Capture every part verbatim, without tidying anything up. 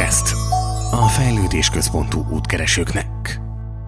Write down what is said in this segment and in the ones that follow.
Podcast. A fejlődés központú útkeresőknek.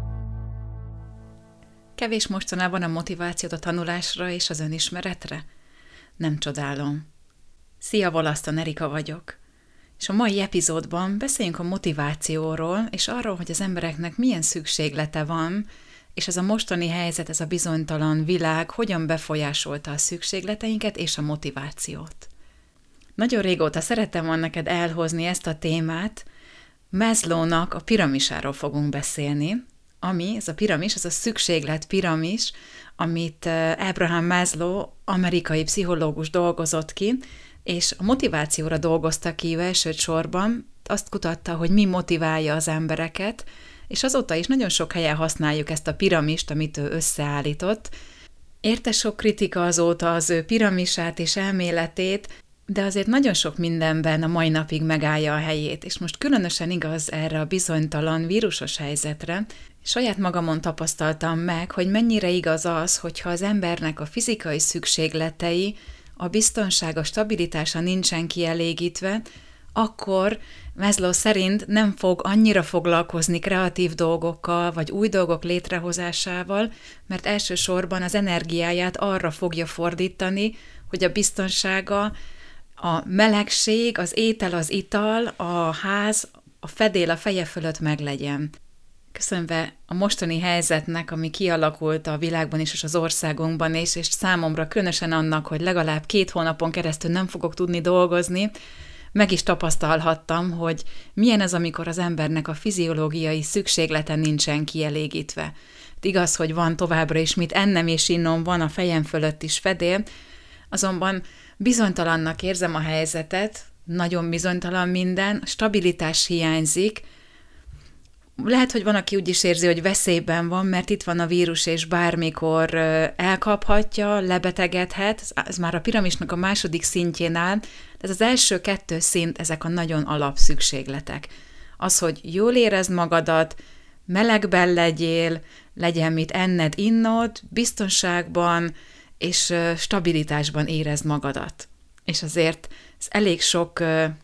Kevés mostanában a motivációt a tanulásra és az önismeretre? Nem csodálom. Szia, Volaszton Erika vagyok. És a mai epizódban beszéljünk a motivációról, és arról, hogy az embereknek milyen szükséglete van, és ez a mostani helyzet, ez a bizonytalan világ hogyan befolyásolta a szükségleteinket és a motivációt. Nagyon régóta szerettem volna neked elhozni ezt a témát. Maslownak a piramisáról fogunk beszélni, ami, ez a piramis, ez a szükséglet piramis, amit Abraham Maslow, amerikai pszichológus dolgozott ki, és a motivációra dolgozta ki elsősorban, azt kutatta, hogy mi motiválja az embereket, és azóta is nagyon sok helyen használjuk ezt a piramist, amit ő összeállított. Érte sok kritika azóta az ő piramisát és elméletét, de azért nagyon sok mindenben a mai napig megállja a helyét, és most különösen igaz erre a bizonytalan vírusos helyzetre. Saját magamon tapasztaltam meg, hogy mennyire igaz az, hogyha az embernek a fizikai szükségletei, a biztonság, a stabilitása nincsen kielégítve, akkor Maslow szerint nem fog annyira foglalkozni kreatív dolgokkal, vagy új dolgok létrehozásával, mert elsősorban az energiáját arra fogja fordítani, hogy a biztonsága, a melegség, az étel, az ital, a ház, a fedél a feje fölött meglegyen. Köszönve a mostani helyzetnek, ami kialakult a világban is és az országunkban is, és számomra különösen annak, hogy legalább két hónapon keresztül nem fogok tudni dolgozni, meg is tapasztalhattam, hogy milyen ez, amikor az embernek a fiziológiai szükséglete nincsen kielégítve. Igaz, hogy van továbbra is mit ennem és innom, van a fejem fölött is fedél, azonban bizonytalannak érzem a helyzetet, nagyon bizonytalan minden, stabilitás hiányzik. Lehet, hogy van, aki úgy is érzi, hogy veszélyben van, mert itt van a vírus, és bármikor elkaphatja, lebetegedhet. Ez már a piramisnak a második szintjén áll, de ez az első kettő szint, ezek a nagyon alapszükségletek. Az, hogy jól érezd magadat, melegben legyél, legyen mit enned, innod, biztonságban és stabilitásban érezd magadat. És azért ez elég sok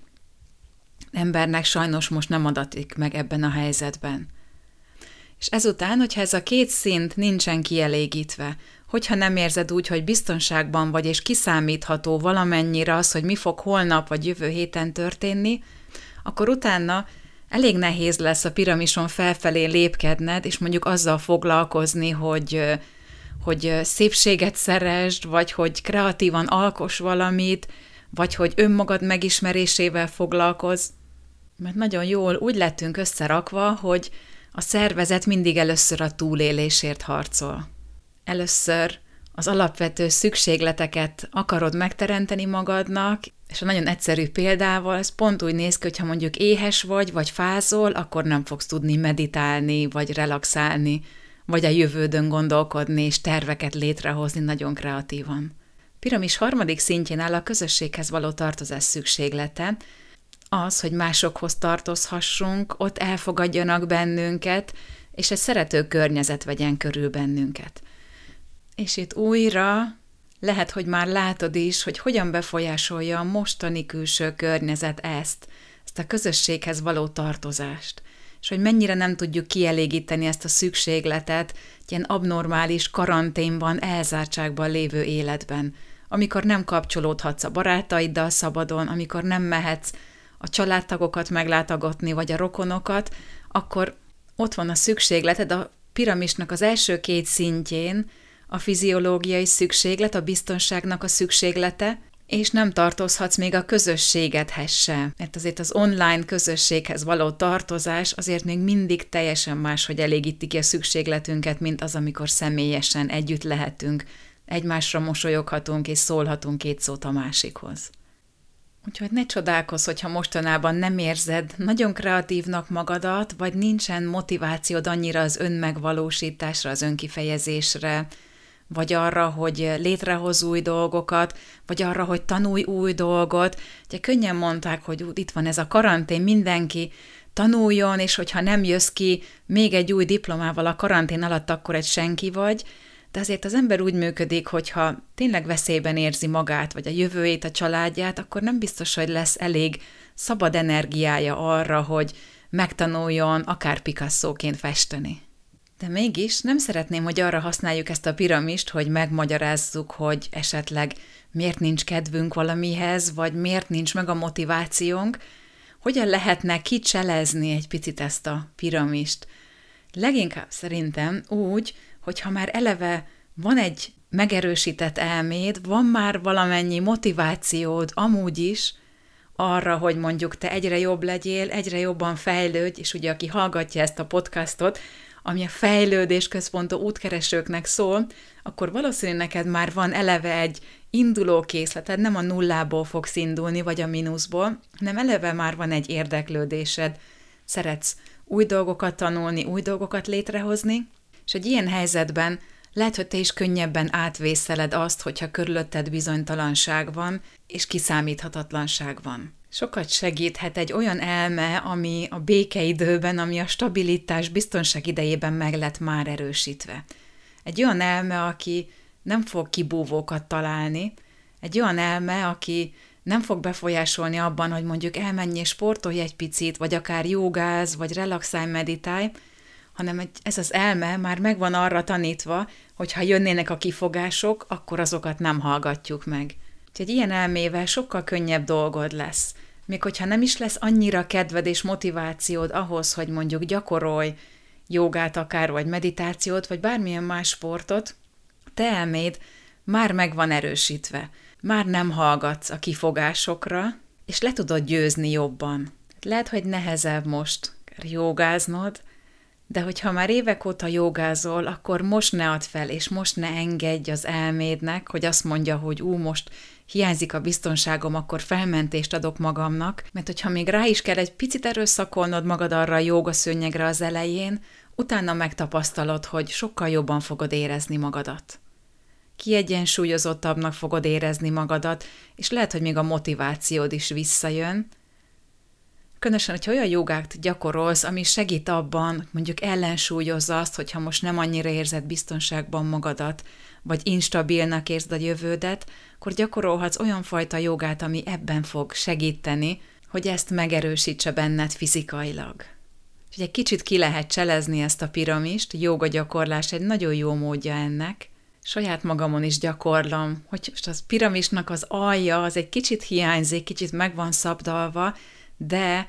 embernek sajnos most nem adatik meg ebben a helyzetben. És ezután, hogyha ez a két szint nincsen kielégítve, hogyha nem érzed úgy, hogy biztonságban vagy és kiszámítható valamennyire az, hogy mi fog holnap vagy jövő héten történni, akkor utána elég nehéz lesz a piramison felfelé lépkedned, és mondjuk azzal foglalkozni, hogy, hogy szépséget szeresd, vagy hogy kreatívan alkoss valamit, vagy hogy önmagad megismerésével foglalkozz. Mert nagyon jól úgy lettünk összerakva, hogy a szervezet mindig először a túlélésért harcol. Először az alapvető szükségleteket akarod megteremteni magadnak, és a nagyon egyszerű példával ez pont úgy néz ki, hogyha mondjuk éhes vagy, vagy fázol, akkor nem fogsz tudni meditálni, vagy relaxálni, vagy a jövődön gondolkodni, és terveket létrehozni nagyon kreatívan. Piramis harmadik szintjén áll a közösséghez való tartozás szükséglete, az, hogy másokhoz tartozhassunk, ott elfogadjanak bennünket, és egy szerető környezet vegyen körül bennünket. És itt újra lehet, hogy már látod is, hogy hogyan befolyásolja a mostani külső környezet ezt, ezt a közösséghez való tartozást, és hogy mennyire nem tudjuk kielégíteni ezt a szükségletet egy ilyen abnormális karanténban, elzártságban lévő életben, amikor nem kapcsolódhatsz a barátaiddal szabadon, amikor nem mehetsz a családtagokat meglátogatni, vagy a rokonokat, akkor ott van a szükségleted, a piramisnak az első két szintjén a fiziológiai szükséglet, a biztonságnak a szükséglete, és nem tartozhatsz még a közösségedhez se. Mert azért az online közösséghez való tartozás azért még mindig teljesen máshogy elégíti ki a szükségletünket, mint az, amikor személyesen együtt lehetünk, egymásra mosolyoghatunk és szólhatunk két szót a másikhoz. Úgyhogy ne csodálkozz, hogyha mostanában nem érzed nagyon kreatívnak magadat, vagy nincsen motivációd annyira az önmegvalósításra, az önkifejezésre, vagy arra, hogy létrehozz új dolgokat, vagy arra, hogy tanulj új dolgot. Ugye könnyen mondták, hogy itt van ez a karantén, mindenki tanuljon, és hogyha nem jössz ki még egy új diplomával a karantén alatt, akkor egy senki vagy, De azért az ember úgy működik, hogyha tényleg veszélyben érzi magát, vagy a jövőjét, a családját, akkor nem biztos, hogy lesz elég szabad energiája arra, hogy megtanuljon akár Picasso-ként festeni. De mégis nem szeretném, hogy arra használjuk ezt a piramist, hogy megmagyarázzuk, hogy esetleg miért nincs kedvünk valamihez, vagy miért nincs meg a motivációnk, hogyan lehetne kicselezni egy picit ezt a piramist. Leginkább szerintem úgy, hogyha már eleve van egy megerősített elméd, van már valamennyi motivációd amúgy is arra, hogy mondjuk te egyre jobb legyél, egyre jobban fejlődj, és ugye aki hallgatja ezt a podcastot, ami a fejlődés központú útkeresőknek szól, akkor valószínűleg neked már van eleve egy induló készleted, nem a nullából fogsz indulni, vagy a mínuszból, hanem eleve már van egy érdeklődésed. Szeretsz új dolgokat tanulni, új dolgokat létrehozni, és egy ilyen helyzetben lehet, hogy te is könnyebben átvészeled azt, hogyha körülötted bizonytalanság van, és kiszámíthatatlanság van. Sokat segíthet egy olyan elme, ami a békeidőben, ami a stabilitás, biztonság idejében meg lett már erősítve. Egy olyan elme, aki nem fog kibúvókat találni, egy olyan elme, aki nem fog befolyásolni abban, hogy mondjuk elmenj és sportolj egy picit, vagy akár jogáz, vagy relaxálj, meditálj, hanem ez az elme már meg van arra tanítva, hogy ha jönnének a kifogások, akkor azokat nem hallgatjuk meg. Úgyhogy ilyen elmével sokkal könnyebb dolgod lesz. Még hogyha nem is lesz annyira kedved és motivációd ahhoz, hogy mondjuk gyakorolj jogát akár, vagy meditációt, vagy bármilyen más sportot, te elméd már meg van erősítve. Már nem hallgatsz a kifogásokra, és le tudod győzni jobban. Lehet, hogy nehezebb most jogáznod, de hogyha már évek óta jogázol, akkor most ne add fel, és most ne engedj az elmédnek, hogy azt mondja, hogy ú, most hiányzik a biztonságom, akkor felmentést adok magamnak, mert hogyha még rá is kell egy picit erőszakolnod magad arra a jogaszőnyegre az elején, utána megtapasztalod, hogy sokkal jobban fogod érezni magadat. Kiegyensúlyozottabbnak fogod érezni magadat, és lehet, hogy még a motivációd is visszajön. Különösen, hogyha olyan jogát gyakorolsz, ami segít abban, mondjuk ellensúlyozza azt, hogyha most nem annyira érzed biztonságban magadat, vagy instabilnak érzed a jövődet, akkor gyakorolhatsz olyan fajta jogát, ami ebben fog segíteni, hogy ezt megerősítse benned fizikailag. És egy kicsit ki lehet cselezni ezt a piramist, jóga gyakorlás egy nagyon jó módja ennek. Saját magamon is gyakorlom, hogy most az piramisnak az alja az egy kicsit hiányzik, kicsit meg van szabdalva, de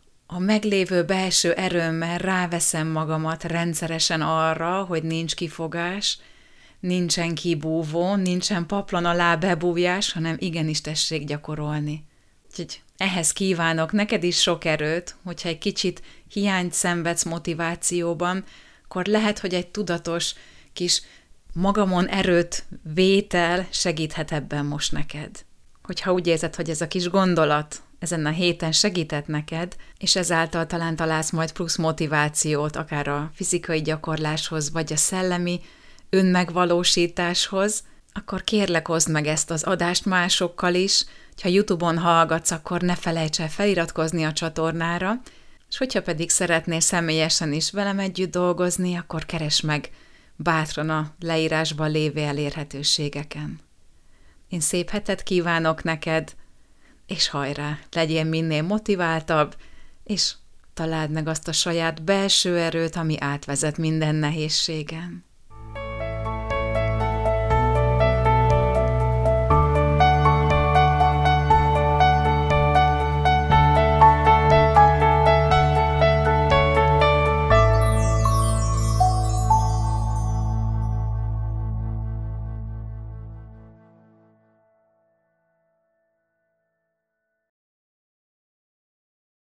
a meglévő belső erőmmel ráveszem magamat rendszeresen arra, hogy nincs kifogás, nincsen kibúvó, nincsen paplan alá bebújás, hanem igenis tessék gyakorolni. Úgyhogy ehhez kívánok neked is sok erőt, hogyha egy kicsit hiányt szenvedsz motivációban, akkor lehet, hogy egy tudatos kis magamon erőt vétel segíthet ebben most neked. Hogyha úgy érzed, hogy ez a kis gondolat ezen a héten segített neked, és ezáltal talán találsz majd plusz motivációt, akár a fizikai gyakorláshoz, vagy a szellemi önmegvalósításhoz, akkor kérlek, oszd meg ezt az adást másokkal is, ha YouTube-on hallgatsz, akkor ne felejts el feliratkozni a csatornára, és hogyha pedig szeretnél személyesen is velem együtt dolgozni, akkor keresd meg bátran a leírásban lévő elérhetőségeken. Én szép hetet kívánok neked, és hajrá, legyél minél motiváltabb, és találd meg azt a saját belső erőt, ami átvezet minden nehézségen.